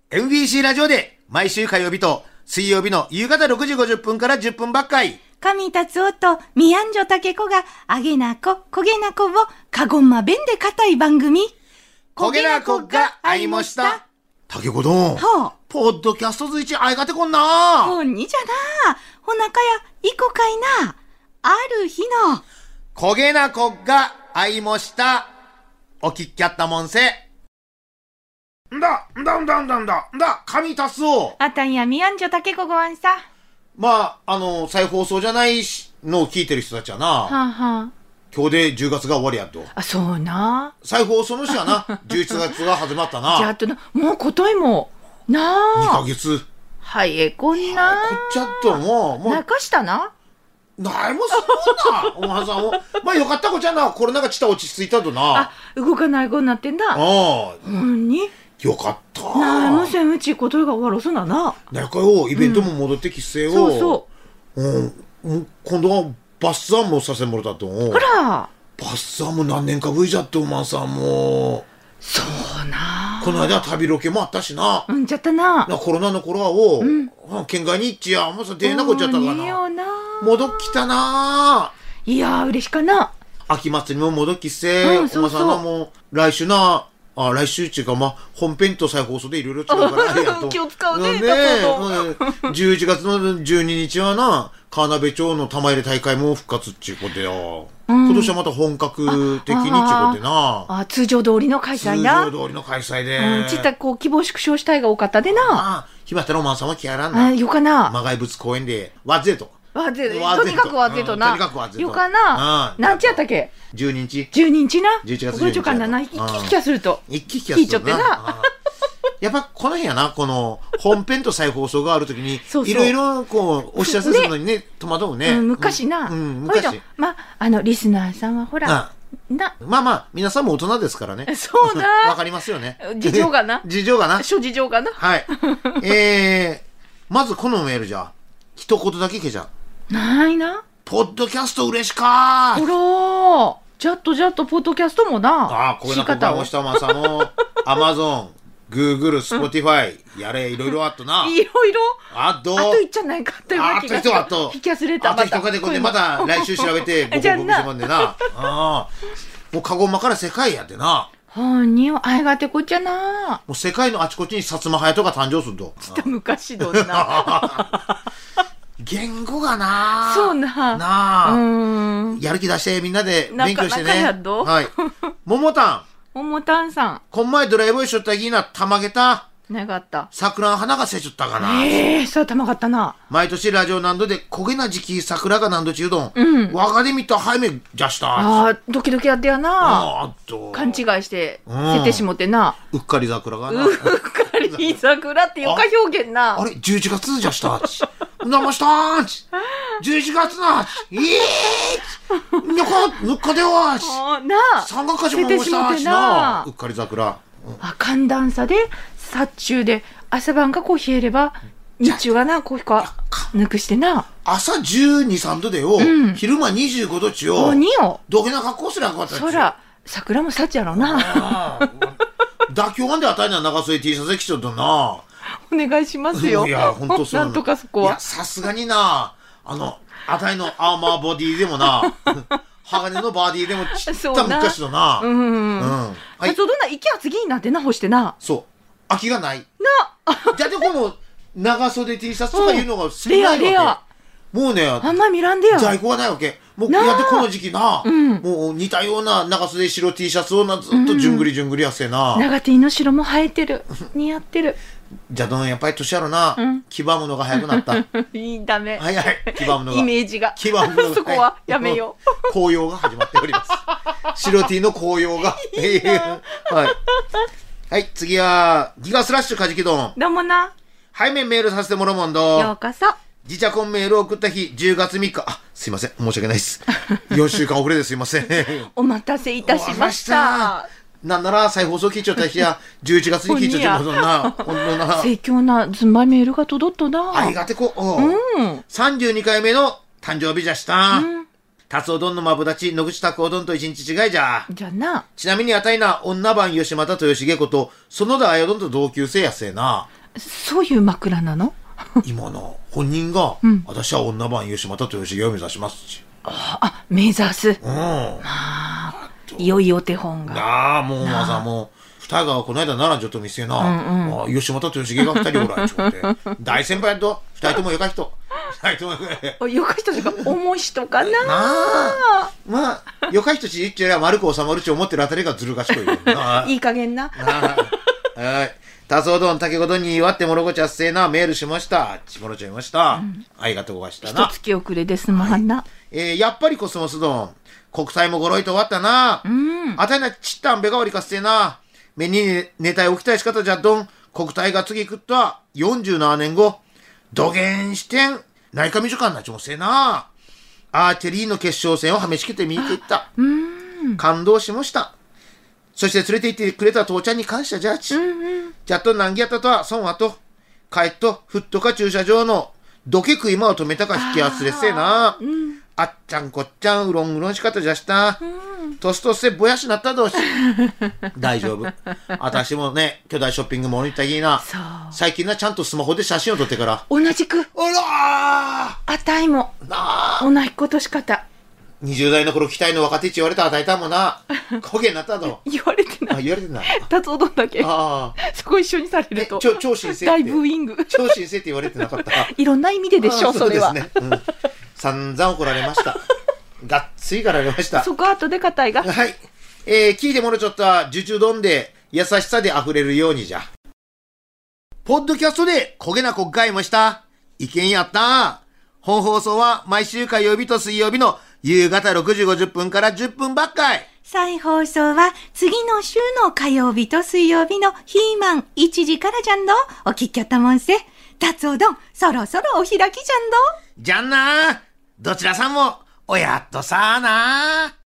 MBC ラジオで毎週火曜日と水曜日の夕方6時50分から10分ばっかり。 上達夫と宮んじょたけこがあげなこ、こげなこをかごんま弁で固い番組。 こげなこが会いました。たけこどん。 はあ。 ポッドキャストずいちあいがてこんな。 ほんにじゃな。ほなかや、いこかいな。ある日の。 こげなこが会いました。お聞きやったもんせ。んだ、神達夫。 あたんや宮んじょたけこごわんさ。 まあ、再放送じゃないのを聞いてる人たちはな。 はあはあ。 今日で10月が終わりやと。 あ、そうな。 再放送の日はな、11月が始まったな。 じゃあとな、もうこといも、なあ。 2ヶ月。 はいこんな。 こっちゃっともう。 泣かしたな。 ないもすごいな。お前さんも。まあよかったこっちゃな。コロナがちった落ち着いたとな。 あ、動かない子になってんだ。 ほんによかった。 なあ、もせんうちことが終わろそなな。 なんかよ、イベントも戻ってきせよ。 そうそう。 今度はバスツアーもさせてもらったと思う。 ほら。 バスツアーも何年かぶりじゃっておまんさんも。 そうな。 この間旅ロケもあったしな。 うんちゃったな。 コロナの頃は県外に行っちや、もうさ、出なこっちゃったかな。戻っきたな。 いや嬉しかな。 秋祭りも戻っきせ。おまさんはもう、来週な。来週っていうか、まあ、本編と再放送でいろいろ違うからあれやと。 気を使うね。 11月の12日はな、川辺町の玉入れ大会も復活っちゅうことよ。今年はまた本格的にっちゅうことでな。 通常通りの開催な。 通常通りの開催で。 ちったこう、希望縮小したいが多かったでな。 暇ったらおまんさんは来やらんな。 よかな。 魔界物公園で、わぜと。 とにかくわぜとな。よかな。なんちやったっけ 12日。 12日な。 11月 12日かな。一気がすると。 一気がすると。聞いちゃってな。やっぱこの辺やな、この本編と再放送があるときに、いろいろこう、お知らせするのにね、戸惑うね。 昔な。昔。まあ、リスナーさんはほら、 まあまあ、皆さんも大人ですからね。 そうだ。 わかりますよね。 事情がな。 事情がな。 諸事情がな。 はい。まずこのメールじゃ、一言だけけじゃ。 ないな。 ポッドキャスト嬉しかー。 ほらじゃっと、ポッドキャストもな。 こういうのこもしたまさも、アマゾン、グーグル、スポティファイ、やれ、いろいろあっとな。 いろいろあといっちゃないかったような気がする。引き忘れた。 あと一かでこでまた来週調べて、ご報告してもんでな。もうカゴンマから世界やってな。 ほんに、あいがてこっちゃな。 もう世界のあちこちに薩摩隼人が誕生すると。 ちった昔どんな。 言語がな。 そうな。 なあ。やる気出してみんなで勉強してね。はい。桃たんさん。 こんまいドライブしょったぎな、たまげた。 なかった。 桜の花がせちょったかな。 そう、たまがったな。 毎年ラジオ何度で焦げな時期桜が何度ちゅうどん。わがで見たハイメじゃした。 ドキドキやってやな。勘違いして、せてしもてな。 うっかり桜がな。 うっかり桜ってよか表現な。 あれ、11月じゃした。生したーんち11月なぬっかでは三月かしももしたしなうっかり桜。 寒暖差で殺虫で朝晩がこう冷えれば日中がなこう抜くしてな朝12、3度でよ、昼間25度ちよどげな格好すりゃよかったっちそら桜も幸やろな妥協案で与えな長袖 T シャツ着ちゃったなお願いしますよ。 いや、本当そう。 なんとかそこは。いや、 さすがにな、あたいのアーマーボディでもな、鋼のバディでもちった昔のな。 はい。そうどんな息厚ぎになってな、干してな。 そう。空きがない。な。じゃあでこの長袖 T シャツとかいうのが少ないわけ。レア。もうね、 あんま見らんでや。 在庫がないわけ。もうやってこの時期な、もう似たような長袖白 T シャツをなずっとじゅんぐりじゅんぐりやせな。 長 T の白も生えてる。似合ってる。 じゃどんやっぱり年やろな、黄ばむのが早くなった。 いいダメ。 はいはい、黄ばむのが。 イメージが。 黄ばむのが。 そこはやめよう。紅葉が始まっております。白 T の紅葉が。はい。はい、次は、ギガスラッシュカジキドン。 どうもな。 はいめんメールさせてもらうもんど。 ようこそ。 自茶コンメールを送った日、10月3日。すいません。申し訳ないです。4週間遅れですいません。 お待たせいたしました。 なんなら再放送聞いちゃった日や11月に聞いちゃったな。ほんとな。 盛況なずんばいメールが届っとな。 ありがてこ。32回目の誕生日じゃした。達夫丼のマブダチ野口拓夫丼と一日違いじゃ。 じゃな。 ちなみにあたいな女版吉又豊重こと園田綾丼と同級生やせえな。 そういう枕なの？ 今の本人が、 うん私は女版吉本豊重を目指しますし。 あ、目指す。 うん。 良いお手本が。 なあ、もうまさもう、二人がこの間奈良ちょっと見せな、吉本豊重が二人おらんちょって。大先輩やっと、二人ともよか人。二人ともよか人とか重い人かな。 なあ。まあ、よか人ち言っちゃえば丸く収まるち思ってるあたりがずる賢いよな。 いい加減な。 はい。タソうどん、竹ごどに祝ってもろこちゃっせえな、メールしました。ちもろちゃいました。ありがとうございましたな。 一月遅れですまんな。 やっぱりコスモス丼。国際もごろいと終わったな。あたいなちったんべがわりかっせえな。目に寝たい起きたい仕方じゃどん。国体が次食った。47年後。土源視点。内科美女館なちもせえな。アーチェリーの決勝戦をはめしけて見に行った。感動しました。そして連れて行ってくれた父ちゃんに感謝じゃち。じゃっと難儀やったとは、損はと。帰っと、ふっとか駐車場の、どけ食い間を止めたか引き忘れせえな。あっちゃんこっちゃん、うろんうろんしかったじゃした。とすとせぼやしなったどうし。大丈夫。私もね、巨大ショッピングモールに行ったきいな。最近な、ちゃんとスマホで写真を撮ってから。 同じく。 あらあたいも。同じことしかた。 20代の頃期待の若手っち言われたあたいたもな。焦げになったぞ。 言われてない。 言われてない。 達夫どんだけ。そこ一緒にされると。 超新星。 大ブーイング。 超新星って言われてなかった。 いろんな意味ででしょう、それは。 そうですね。散々怒られました。がっつりかられました。 そこ後で硬いが。 はい。聞いてもらちょっとは、受注丼で優しさで溢れるようにじゃ。ポッドキャストで焦げな国会もした。意見やった。本放送は毎週火曜日と水曜日の夕方6時50分から10分ばっかい。 再放送は次の週の火曜日と水曜日のヒーマン1時からじゃんど。お聞きやったもんせ。達夫どん、そろそろお開きじゃんど。 じゃんな。どちらさんも、おやっとさあな。